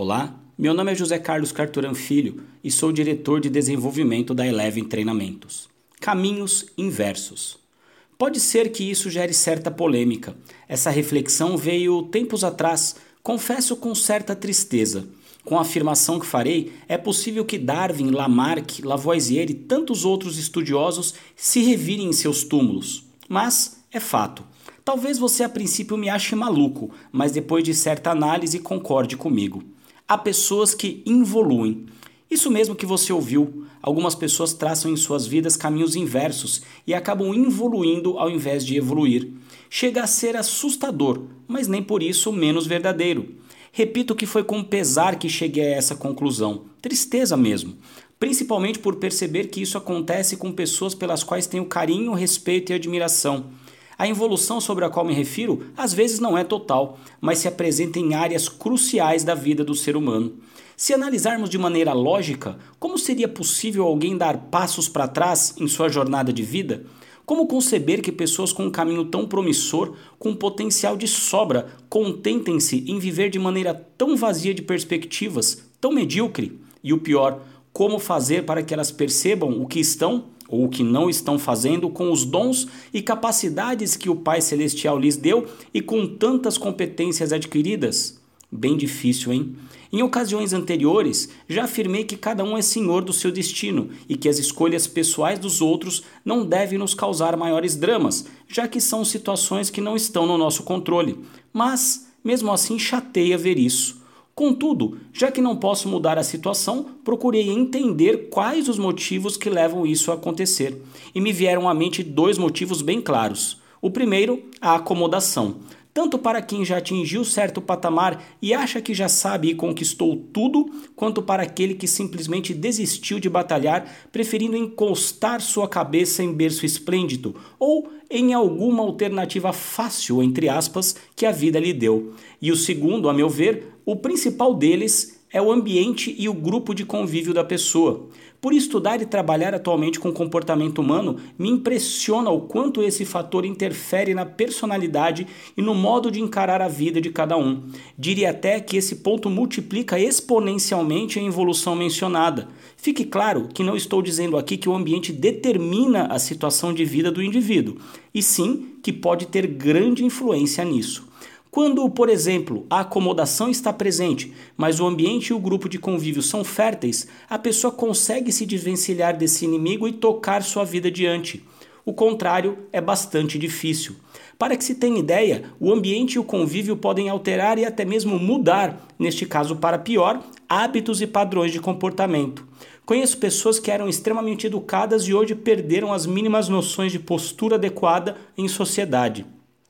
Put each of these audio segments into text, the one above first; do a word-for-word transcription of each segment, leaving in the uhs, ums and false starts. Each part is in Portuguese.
Olá, meu nome é José Carlos Carturan Filho e sou diretor de desenvolvimento da Eleven Treinamentos. Caminhos inversos. Pode ser que isso gere certa polêmica. Essa reflexão veio tempos atrás, confesso com certa tristeza. Com a afirmação que farei, é possível que Darwin, Lamarck, Lavoisier e tantos outros estudiosos se revirem em seus túmulos. Mas é fato. Talvez você a princípio me ache maluco, mas depois de certa análise concorde comigo. Há pessoas que involuem. Isso mesmo que você ouviu. Algumas pessoas traçam em suas vidas caminhos inversos e acabam involuindo ao invés de evoluir. Chega a ser assustador, mas nem por isso menos verdadeiro. Repito que foi com pesar que cheguei a essa conclusão. Tristeza mesmo. Principalmente por perceber que isso acontece com pessoas pelas quais tenho carinho, respeito e admiração. A involução sobre a qual me refiro às vezes não é total, mas se apresenta em áreas cruciais da vida do ser humano. Se analisarmos de maneira lógica, como seria possível alguém dar passos para trás em sua jornada de vida? Como conceber que pessoas com um caminho tão promissor, com potencial de sobra, contentem-se em viver de maneira tão vazia de perspectivas, tão medíocre? E o pior, como fazer para que elas percebam o que estão ou o que não estão fazendo com os dons e capacidades que o Pai Celestial lhes deu e com tantas competências adquiridas? Bem difícil, hein? Em ocasiões anteriores, já afirmei que cada um é senhor do seu destino e que as escolhas pessoais dos outros não devem nos causar maiores dramas, já que são situações que não estão no nosso controle. Mas, mesmo assim, chateia ver isso. Contudo, já que não posso mudar a situação, procurei entender quais os motivos que levam isso a acontecer. E me vieram à mente dois motivos bem claros. O primeiro, a acomodação. Tanto para quem já atingiu certo patamar e acha que já sabe e conquistou tudo, quanto para aquele que simplesmente desistiu de batalhar, preferindo encostar sua cabeça em berço esplêndido ou em alguma alternativa fácil, entre aspas, que a vida lhe deu. E o segundo, a meu ver, o principal deles é o ambiente e o grupo de convívio da pessoa. Por estudar e trabalhar atualmente com comportamento humano, me impressiona o quanto esse fator interfere na personalidade e no modo de encarar a vida de cada um. Diria até que esse ponto multiplica exponencialmente a evolução mencionada. Fique claro que não estou dizendo aqui que o ambiente determina a situação de vida do indivíduo, e sim que pode ter grande influência nisso. Quando, por exemplo, a acomodação está presente, mas o ambiente e o grupo de convívio são férteis, a pessoa consegue se desvencilhar desse inimigo e tocar sua vida adiante. O contrário é bastante difícil. Para que se tenha ideia, o ambiente e o convívio podem alterar e até mesmo mudar, neste caso para pior, hábitos e padrões de comportamento. Conheço pessoas que eram extremamente educadas e hoje perderam as mínimas noções de postura adequada em sociedade.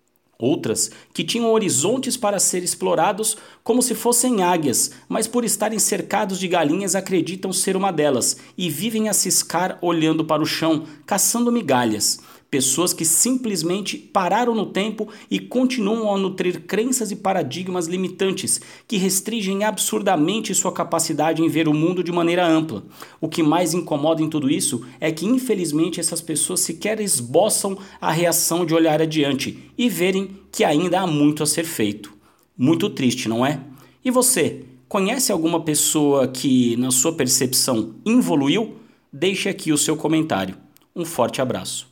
Outras que tinham horizontes para ser explorados como se fossem águias, mas por estarem cercados de galinhas acreditam ser uma delas e vivem a ciscar olhando para o chão, caçando migalhas. Pessoas que simplesmente pararam no tempo e continuam a nutrir crenças e paradigmas limitantes que restringem absurdamente sua capacidade em ver o mundo de maneira ampla. O que mais incomoda em tudo isso é que infelizmente essas pessoas sequer esboçam a reação de olhar adiante e verem que ainda há muito a ser feito. Muito triste, não é? E você, conhece alguma pessoa que, na sua percepção, involuiu? Deixe aqui o seu comentário. Um forte abraço.